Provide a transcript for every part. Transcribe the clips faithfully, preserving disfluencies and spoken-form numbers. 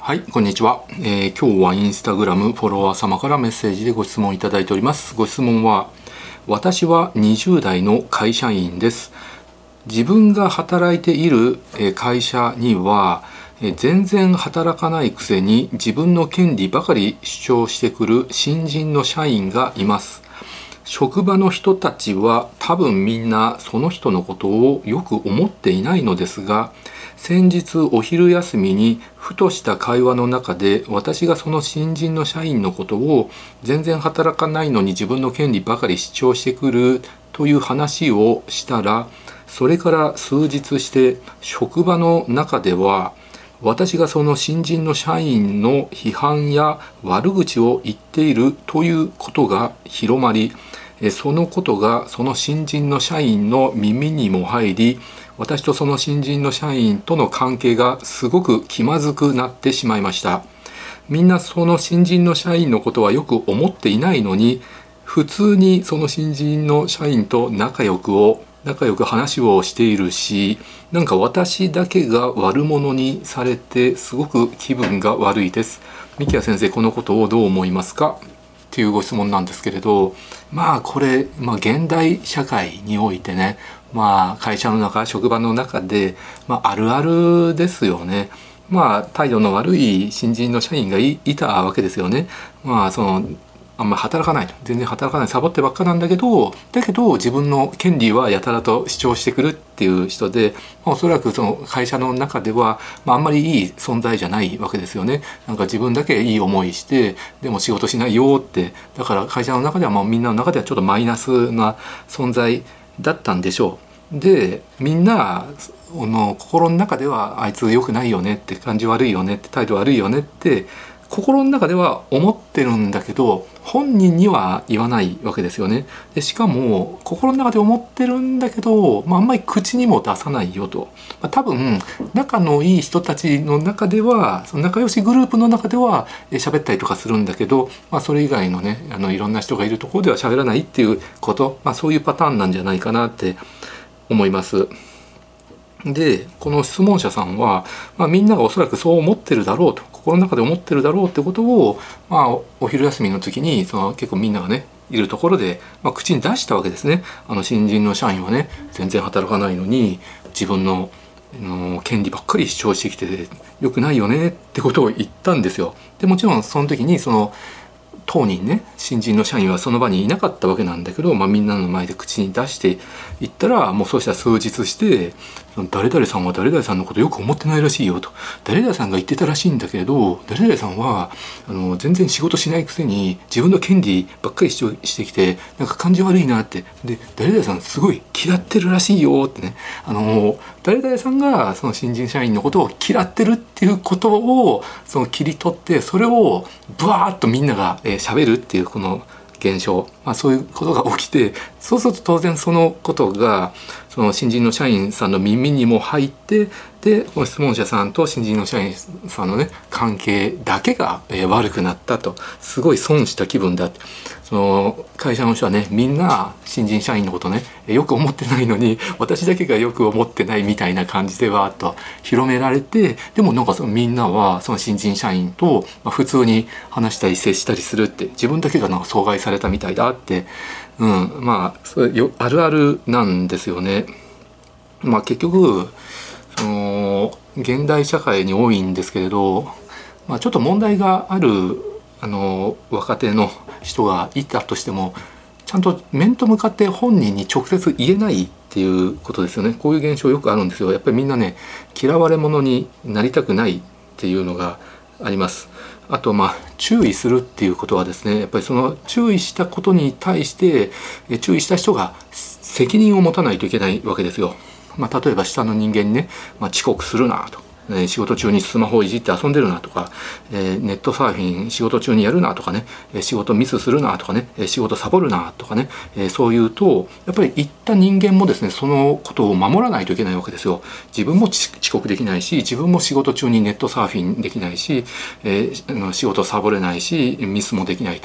はい、こんにちは、えー、今日はインスタグラムフォロワー様からメッセージでご質問いただいております。ご質問は、私はにじゅう代の会社員です。自分が働いている会社には全然働かないくせに自分の権利ばかり主張してくる新人の社員がいます。職場の人たちは多分みんなその人のことをよく思っていないのですが、先日お昼休みにふとした会話の中で私がその新人の社員のことを全然働かないのに自分の権利ばかり主張してくるという話をしたら、それから数日して職場の中では私がその新人の社員の批判や悪口を言っているということが広まり、そのことがその新人の社員の耳にも入り、私とその新人の社員との関係がすごく気まずくなってしまいました。みんなその新人の社員のことはよく思っていないのに、普通にその新人の社員と仲良くを仲良く話をしているし、なんか私だけが悪者にされてすごく気分が悪いです。三木谷先生、このことをどう思いますかっていうご質問なんですけれど、まあこれ、まあ、現代社会においてね、まあ会社の中、職場の中で、まあ、あるあるですよね。まあ態度の悪い新人の社員が い, いたわけですよね。まあそのあんまり働かないと、全然働かない、サボってばっかなんだけどだけど自分の権利はやたらと主張してくるっていう人で、まあ、おそらくその会社の中では、まあ、あんまりいい存在じゃないわけですよね。なんか自分だけいい思いしてでも仕事しないよって、だから会社の中ではまあみんなの中ではちょっとマイナスな存在だったんでしょう。でみんなの心の中ではあいつ良くないよねって、感じ悪いよねって、態度悪いよねって心の中では思ってるんだけど本人には言わないわけですよね。でしかも心の中で思ってるんだけど、まあ、あんまり口にも出さないよと、まあ、多分仲のいい人たちの中では、その仲良しグループの中では喋ったりとかするんだけど、まあ、それ以外のねあのいろんな人がいるところでは喋らないっていうこと、まあ、そういうパターンなんじゃないかなって思います。でこの質問者さんは、まあ、みんながおそらくそう思ってるだろうと、心の中で思ってるだろうってことを、まあ、お昼休みの時にその結構みんながねいるところで、まあ、口に出したわけですね。あの新人の社員はね全然働かないのに自分のの権利ばっかり主張してきてよくないよねってことを言ったんですよ。でもちろんその時にその当人ね、新人の社員はその場にいなかったわけなんだけど、まあ、みんなの前で口に出していったら、もうそうしたら数日して誰々さんは誰々さんのことよく思ってないらしいよと、誰々さんが言ってたらしいんだけれど誰々さんはあの全然仕事しないくせに自分の権利ばっかり主張してきてなんか感じ悪いなって、で誰々さんすごい嫌ってるらしいよってね、あの誰々さんがその新人社員のことを嫌ってるっていうことをその切り取って、それをブワーッとみんながえー、喋るっていうこの現象、まあ、そういうことが起きて、そうすると当然そのことがその新人の社員さんの耳にも入って、でこの質問者さんと新人の社員さんのね関係だけが、えー、悪くなったと、すごい損した気分だって、その会社の人はねみんな新人社員のことねよく思ってないのに私だけがよく思ってないみたいな感じでわーっと広められて、でもなんかそのみんなはその新人社員と普通に話したり接したりするって、自分だけがなんか阻害されたみたいだって、うん、まあそれよあるあるなんですよね。まあ結局その現代社会に多いんですけれど、まあ、ちょっと問題があるあの若手の人がいたとしてもちゃんと面と向かって本人に直接言えないっていうことですよね。こういう現象よくあるんですよ。やっぱりみんなね嫌われ者になりたくないっていうのがあります。あとまあ注意するっていうことはですね、やっぱりその注意したことに対して注意した人が責任を持たないといけないわけですよ。まあ、例えば下の人間にね、まあ、遅刻するなと、えー、仕事中にスマホをいじって遊んでるなとか、えー、ネットサーフィン仕事中にやるなとかね、えー、仕事ミスするなとかね、えー、仕事サボるなとかね、えー、そう言うとやっぱり言った人間もですねそのことを守らないといけないわけですよ。自分も遅刻できないし、自分も仕事中にネットサーフィンできないし、えー、仕事サボれないしミスもできないと。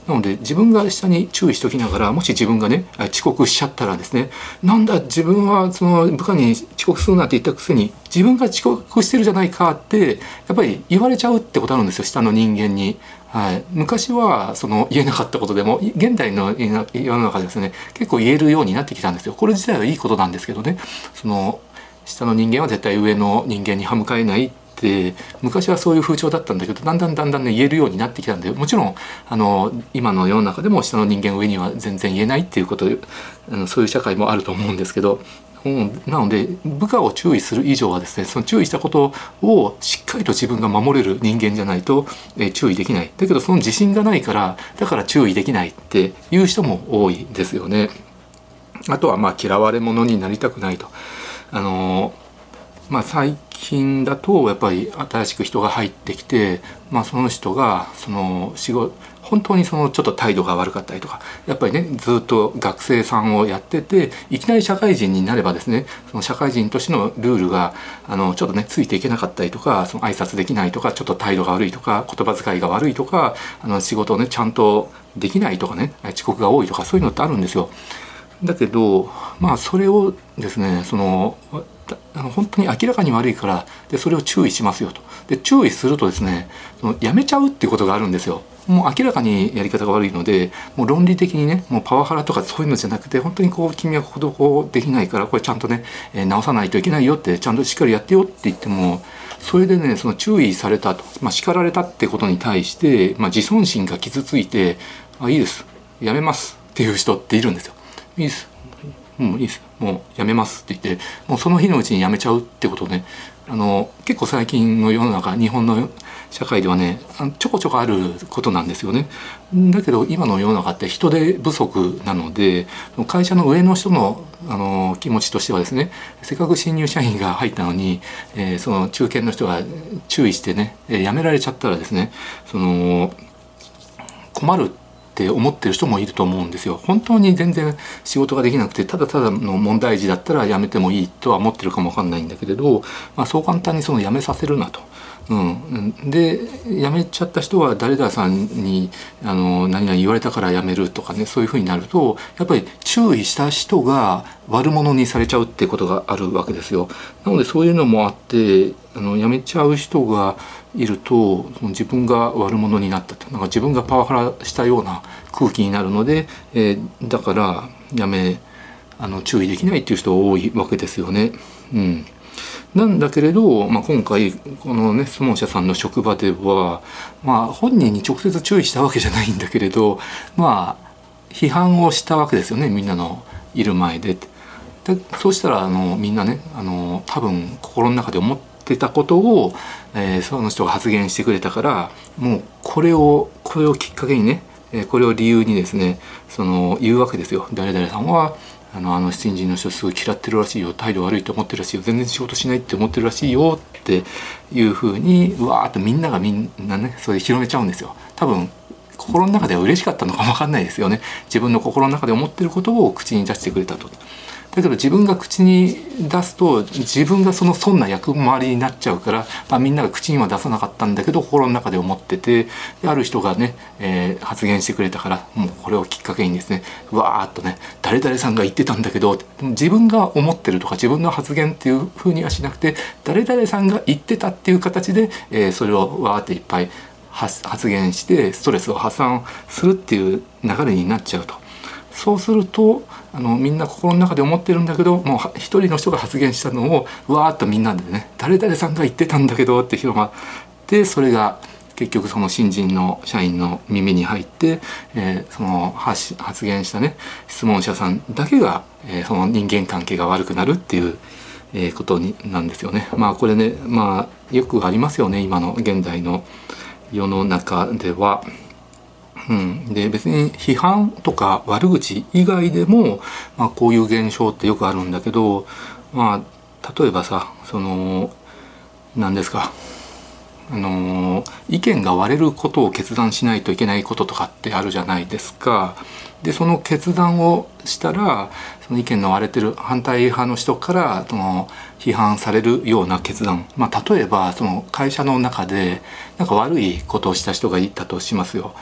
なので自分が下に注意しておきながら、もし自分がね遅刻しちゃったらですね、なんだ自分はその部下に遅刻するなって言ったくせに自分が遅刻してるじゃないかってやっぱり言われちゃうってことあるんですよ、下の人間に。はい、昔はその言えなかったことでも現代の世の中でですね結構言えるようになってきたんですよ。これ自体はいいことなんですけどね、その下の人間は絶対上の人間に歯向かえないって昔はそういう風潮だったんだけど、だんだんだんだんね言えるようになってきたんで、もちろんあの今の世の中でも下の人間上には全然言えないっていうことで、あのそういう社会もあると思うんですけど、うん、なので部下を注意する以上はですね、その注意したことをしっかりと自分が守れる人間じゃないと、えー、注意できない。だけどその自信がないからだから注意できないっていう人も多いですよね。あとはまあ嫌われ者になりたくないと。あのー、まあ最近だとやっぱり新しく人が入ってきて、まあ、その人がその仕事本当にそのちょっと態度が悪かったりとか、やっぱりねずっと学生さんをやってていきなり社会人になればですね、その社会人としてのルールがあのちょっとねついていけなかったりとか、その挨拶できないとか、ちょっと態度が悪いとか、言葉遣いが悪いとか、あの仕事をねちゃんとできないとかね、遅刻が多いとか、そういうのってあるんですよ。だけどまあそれをですね、そのあの本当に明らかに悪いからでそれを注意しますよと。で注意するとですね、そのやめちゃうっていうことがあるんですよ。もう明らかにやり方が悪いので、もう論理的にね、もうパワハラとかそういうのじゃなくて、本当にこう君はこここうできないからこれちゃんとね、えー、直さないといけないよって、ちゃんとしっかりやってよって言っても、それでねその注意されたと、まあ、叱られたってことに対して、まあ、自尊心が傷ついて「あいいですやめます」っていう人っているんですよ。いいですもういいですもうやめますって言って、もうその日のうちにやめちゃうってことね、あの結構最近の世の中、日本の社会ではねちょこちょこあることなんですよね。だけど今の世の中って人手不足なので、会社の上の人のあの気持ちとしてはですね、せっかく新入社員が入ったのに、えー、その中堅の人が注意してね、えー、辞められちゃったらですね、その困るって思ってる人もいると思うんですよ。本当に全然仕事ができなくてただただの問題児だったら辞めてもいいとは思ってるかもわかんないんだけれど、まあ、そう簡単にその辞めさせるなと。うん、で辞めちゃった人は誰々さんにあの何々言われたから辞めるとかね、そういうふうになるとやっぱり注意した人が悪者にされちゃうっていうことがあるわけですよ。なのでそういうのもあってあの辞めちゃう人がいると、その自分が悪者になったと、なんか自分がパワハラしたような空気になるので、えー、だから辞めあの注意できないっていう人が多いわけですよね。うんなんだけれど、まあ、今回このね質問者さんの職場では、まあ、本人に直接注意したわけじゃないんだけれど、まあ批判をしたわけですよね、みんなのいる前で。でそうしたらあのみんなねあの多分心の中で思ってたことを、えー、その人が発言してくれたから、もうこれをこれをきっかけにね、これを理由にですねその言うわけですよ。誰々さんはあのあの新人の人すごい嫌ってるらしいよ、態度悪いと思ってるらしいよ、全然仕事しないって思ってるらしいよっていうふうにうわーっとみんながみんなねそれ広めちゃうんですよ。多分心の中では嬉しかったのかもわかんないですよね。自分の心の中で思ってることを口に出してくれたと。だけど自分が口に出すと自分がその損な役回りになっちゃうから、まあ、みんなが口には出さなかったんだけど心の中で思ってて、である人がね、えー、発言してくれたから、もうこれをきっかけにですねわーっとね誰々さんが言ってたんだけど、自分が思ってるとか自分の発言っていうふうにはしなくて、誰々さんが言ってたっていう形で、えー、それをわーっていっぱい発言してストレスを発散するっていう流れになっちゃうと。そうするとあのみんな心の中で思ってるんだけど、もう一人の人が発言したのをわーっとみんなでね誰々さんが言ってたんだけどって広がって、それが結局その新人の社員の耳に入って、えー、その発発言したね質問者さんだけが、えー、その人間関係が悪くなるっていう、えー、ことになんですよね。まあこれねまあよくありますよね、今の現代の世の中では。うん、で別に批判とか悪口以外でも、まあ、こういう現象ってよくあるんだけど、まあ例えばさその何ですかあの意見が割れることを決断しないといけないこととかってあるじゃないですか。でその決断をしたらその意見の割れてる反対派の人からその批判されるような決断、まあ、例えばその会社の中でなんか悪いことをした人がいたとしますよ。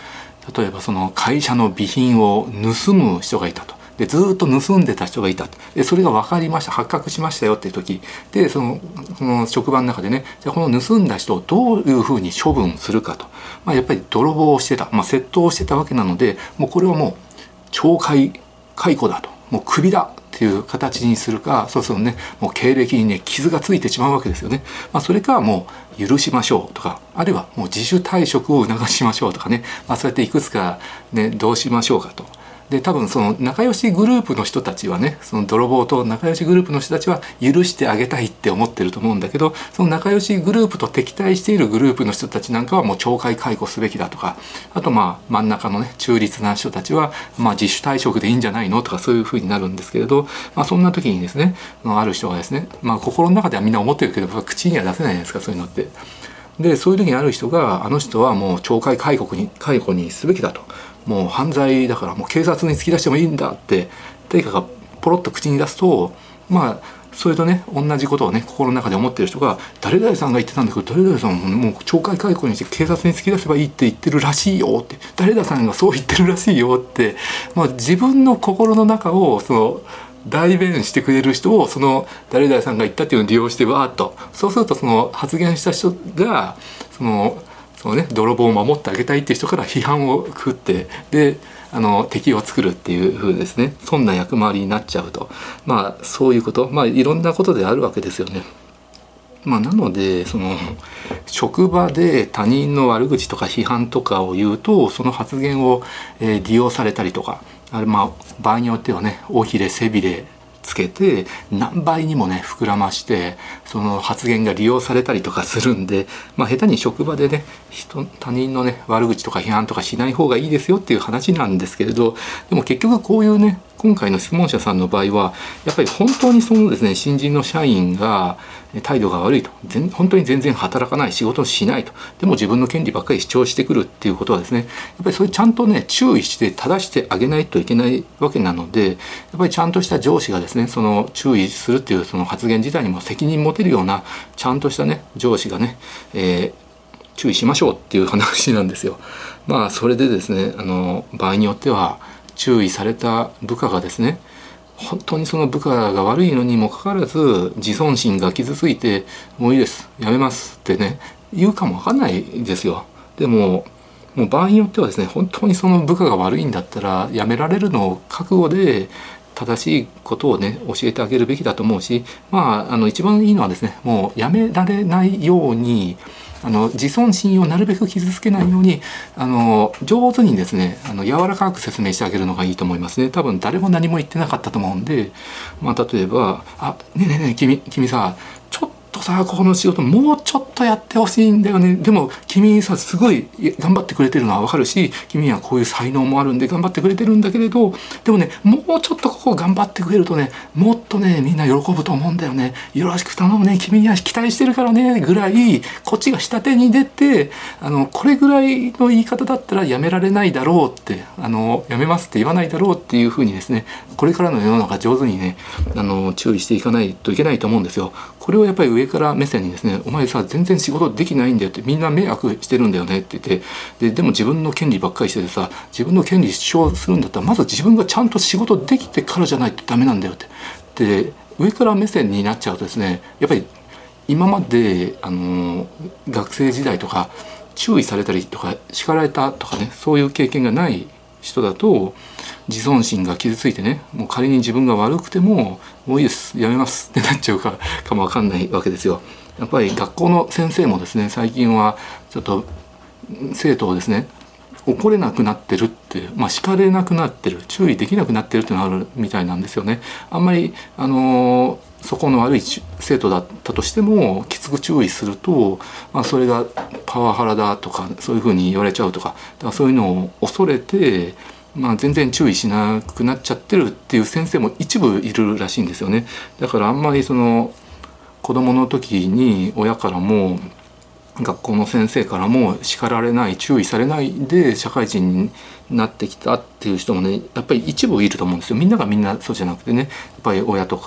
例えばその会社の備品を盗む人がいたと。でずっと盗んでた人がいたと。でそれが分かりました、発覚しましたよっていう時で、そのその職場の中でね、じゃあこの盗んだ人をどういうふうに処分するかと、まあ、やっぱり泥棒をしてた、まあ、窃盗をしてたわけなので、もうこれはもう懲戒解雇だと、もうクビだっていう形にするか、そうするとねもう経歴にね傷がついてしまうわけですよね。まあ、それかもう許しましょうとか、あるいはもう自主退職を促しましょうとかね、まあ、そうやっていくつかねどうしましょうかと。で多分その仲良しグループの人たちはね、その泥棒と仲良しグループの人たちは許してあげたいって思ってると思うんだけど、その仲良しグループと敵対しているグループの人たちなんかはもう懲戒解雇すべきだとか、あとまあ真ん中のね中立な人たちはまあ自主退職でいいんじゃないのとか、そういうふうになるんですけれど、まあ、そんな時にですねある人がですね、まあ心の中ではみんな思ってるけど口には出せないじゃないですか、そういうのって。でそういう時にある人が、あの人はもう懲戒解雇に解雇にすべきだと、もう犯罪だからもう警察に突き出してもいいんだってとにかくポロッと口に出すと、まあそれとね同じことをね心の中で思ってる人が、誰々さんが言ってたんだけど誰々さんももう懲戒解雇にして警察に突き出せばいいって言ってるらしいよって、誰々さんがそう言ってるらしいよって、まあ、自分の心の中をその代弁してくれる人をその誰々さんが言ったっていうのを利用してわーっと、そうするとその発言した人がそのそのね泥棒を守ってあげたいっていう人から批判を食って、であの敵を作るっていう風ですね、そんな役回りになっちゃうと、まあそういうこと、まあいろんなことであるわけですよね。まあ、なのでその職場で他人の悪口とか批判とかを言うと、その発言を、えー、利用されたりとか、あれまあ場合によってはね尾ひれ背びれつけて何倍にもね膨らましてその発言が利用されたりとかするんで、まあ、下手に職場でね人他人のね悪口とか批判とかしない方がいいですよっていう話なんですけれど、でも結局こういうね今回の質問者さんの場合はやっぱり本当にそのですね新人の社員が態度が悪いと、全本当に全然働かない、仕事をしないと、でも自分の権利ばっかり主張してくるっていうことはですね、やっぱりそれちゃんとね注意して正してあげないといけないわけなので、やっぱりちゃんとした上司がですねその注意するっていうその発言自体にも責任持てるようなちゃんとしたね上司がね、えー、注意しましょうっていう話なんですよ。まあそれでですねあの場合によっては注意された部下がですね本当にその部下が悪いのにもかかわらず自尊心が傷ついてもういいですやめますってね言うかもわかんないですよ。でももう場合によってはですね本当にその部下が悪いんだったらやめられるのを覚悟で正しいことをね教えてあげるべきだと思うし、まああの一番いいのはですねもうやめられないようにあの自尊心をなるべく傷つけないようにあの上手にですねあの柔らかく説明してあげるのがいいと思いますね。多分誰も何も言ってなかったと思うんで、まあ、例えば「あねえねえねえ君君さちょっとさここの仕事もうちょっとやってほしいんだよね。でも君さすごい頑張ってくれてるのは分かるし君にはこういう才能もあるんで頑張ってくれてるんだけれど、でもねもうちょっとここ頑張ってくれるとねもっとねみんな喜ぶと思うんだよね。よろしく頼むね君には期待してるからね」ぐらいこっちが下手に出てあのこれぐらいの言い方だったらやめられないだろうってあのやめますって言わないだろうっていうふうにですねこれからの世の中上手にねあの注意していかないといけないと思うんですよ。これをやっぱり上から目線にですね「お前さ全然仕事できないんだよ」って「みんな迷惑してるんだよね」って言ってででも自分の権利ばっかりしててさ自分の権利主張するんだったらまず自分がちゃんと仕事できてからじゃないとダメなんだよってで上から目線になっちゃうとですねやっぱり今まであの学生時代とか注意されたりとか叱られたとかねそういう経験がない人だと自尊心が傷ついてねもう仮に自分が悪くてももういいですやめますってなっちゃうかかもわかんないわけですよ。やっぱり学校の先生もですね最近はちょっと生徒をですね怒れなくなってるって、まあ、叱れなくなってる注意できなくなってるっていうのがあるみたいなんですよね。あんまりあのそこの悪い生徒だったとしてもきつく注意すると、まあ、それがパワハラだとかそういうふうに言われちゃうとかだからそういうのを恐れて、まあ、全然注意しなくなっちゃってるっていう先生も一部いるらしいんですよね。だからあんまりその子供の時に親からも学校の先生からも叱られない注意されないで社会人になってきたっていう人もねやっぱり一部いると思うんですよ。みんながみんなそうじゃなくてねやっぱり親とか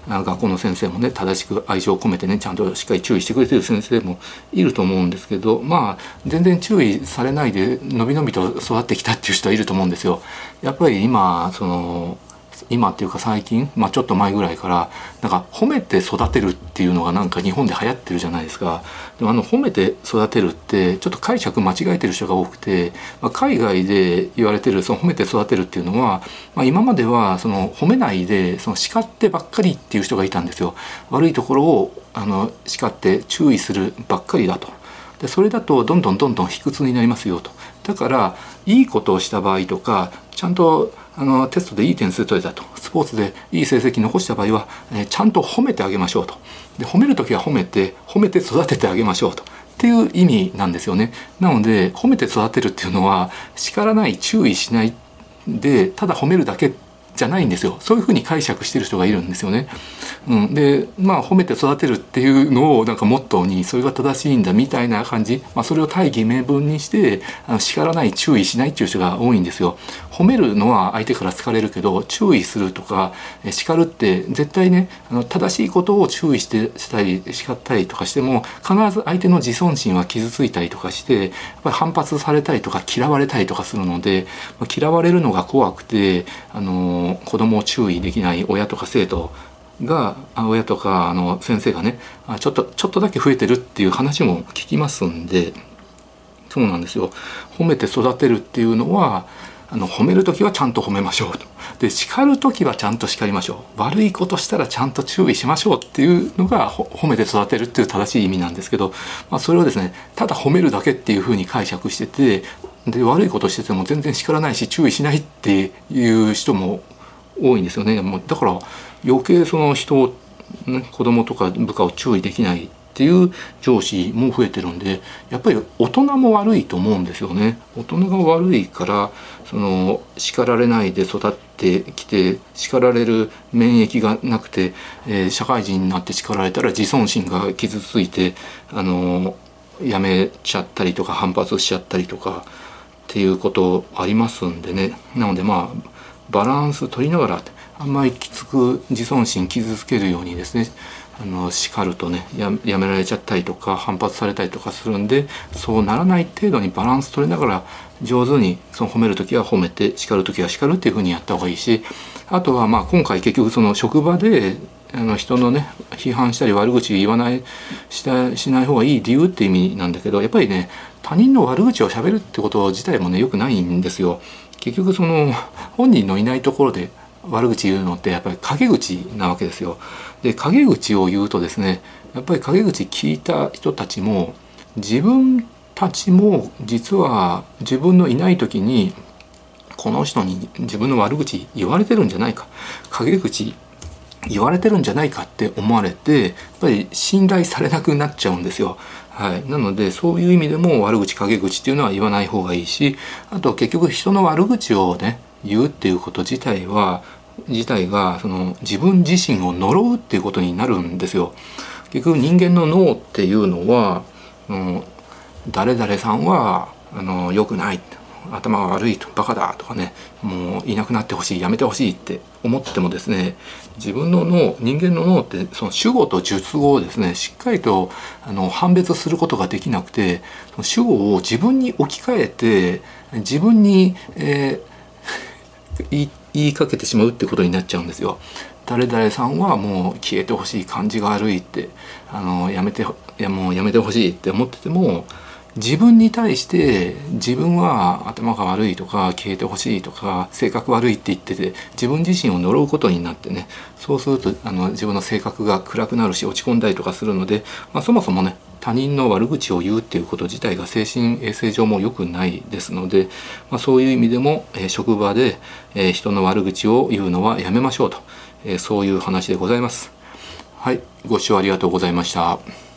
学校の先生もね正しく愛情を込めてねちゃんとしっかり注意してくれてる先生もいると思うんですけど、まあ全然注意されないでのびのびと育ってきたっていう人はいると思うんですよ。やっぱり今その今っていうか最近、まあ、ちょっと前ぐらいからなんか褒めて育てるっていうのがなんか日本で流行ってるじゃないですか。でもあの褒めて育てるってちょっと解釈間違えてる人が多くて、まあ、海外で言われてるその褒めて育てるっていうのは、まあ、今まではその褒めないでその叱ってばっかりっていう人がいたんですよ。悪いところをあの叱って注意するばっかりだと。でそれだとどんどんどんどん卑屈になりますよと。だからいいことをした場合とかちゃんとあのテストでいい点数取れたと、スポーツでいい成績残した場合は、えー、ちゃんと褒めてあげましょうと。で褒める時は褒めて褒めて育ててあげましょうとっていう意味なんですよね。なので褒めて育てるっていうのは叱らない注意しないでただ褒めるだけじゃないんですよ。そういうふうに解釈してる人がいるんですよね。うん、でまあ褒めて育てるっていうのをなんかモットーにそれが正しいんだみたいな感じ、まあ、それを大義名分にしてあの叱らない注意しないっていう人が多いんですよ。褒めるのは相手から好かれるけど注意するとか叱るって絶対ねあの正しいことを注意してしたり叱ったりとかしても必ず相手の自尊心は傷ついたりとかしてやっぱり反発されたりとか嫌われたりとかするので、まあ、嫌われるのが怖くてあの子供を注意できない親とか生徒が親とかあの先生がねちょっとちょっとだけ増えてるっていう話も聞きますんで、そうなんですよ。褒めて育てるっていうのはあの褒める時はちゃんと褒めましょうと。で叱る時はちゃんと叱りましょう。悪いことしたらちゃんと注意しましょうっていうのが褒めて育てるっていう正しい意味なんですけど、まあ、それをですねただ褒めるだけっていうふうに解釈してて、で悪いことしてても全然叱らないし注意しないっていう人も多いんですよね。もうだから余計その人を、ね、子供とか部下を注意できないっていう上司も増えてるんで、やっぱり大人も悪いと思うんですよね。大人が悪いからその叱られないで育ってきて叱られる免疫がなくて、えー、社会人になって叱られたら自尊心が傷ついてあのやめちゃったりとか反発しちゃったりとかっていうことありますんでね。なのでまあバランス取りながらあんまりきつく自尊心傷つけるようにですねあの叱るとね や, やめられちゃったりとか反発されたりとかするんで、そうならない程度にバランス取りながら上手にその褒める時は褒めて叱る時は叱るっていうふうにやった方がいいし、あとはまあ今回結局その職場であの人のね批判したり悪口言わないしたしない方がいい理由って意味なんだけど、やっぱりね他人の悪口をしゃべるってこと自体もね良くないんですよ。結局その本人のいないところで悪口言うのってやっぱり陰口なわけですよ。で陰口を言うとですねやっぱり陰口聞いた人たちも自分たちも実は自分のいない時にこの人に自分の悪口言われてるんじゃないか、陰口言われてるんじゃないかって思われてやっぱり信頼されなくなっちゃうんですよ。はい、なのでそういう意味でも悪口陰口っていうのは言わない方がいいし、あと結局人の悪口をね言うっていうこと自体は自体がその自分自身を呪うっていうことになるんですよ。結局人間の脳っていうのは、うん、誰々さんはあの良くない、頭が悪いとバカだとかね、もういなくなってほしいやめてほしいって思ってもですね、自分の脳人間の脳ってその主語と述語をですねしっかりとあの判別することができなくて、その主語を自分に置き換えて自分に、えー、言い言いかけてしまうってことになっちゃうんですよ。誰々さんはもう消えてほしい、感じが悪いってあのやめていやもうやめてほしいって思ってても、自分に対して自分は頭が悪いとか消えてほしいとか性格悪いって言ってて自分自身を呪うことになってね、そうするとあの自分の性格が暗くなるし落ち込んだりとかするので、まあ、そもそもね他人の悪口を言うっていうこと自体が精神衛生上も良くないですので、まあ、そういう意味でも、えー、職場で、えー、人の悪口を言うのはやめましょうと、えー、そういう話でございます。はい、ご視聴ありがとうございました。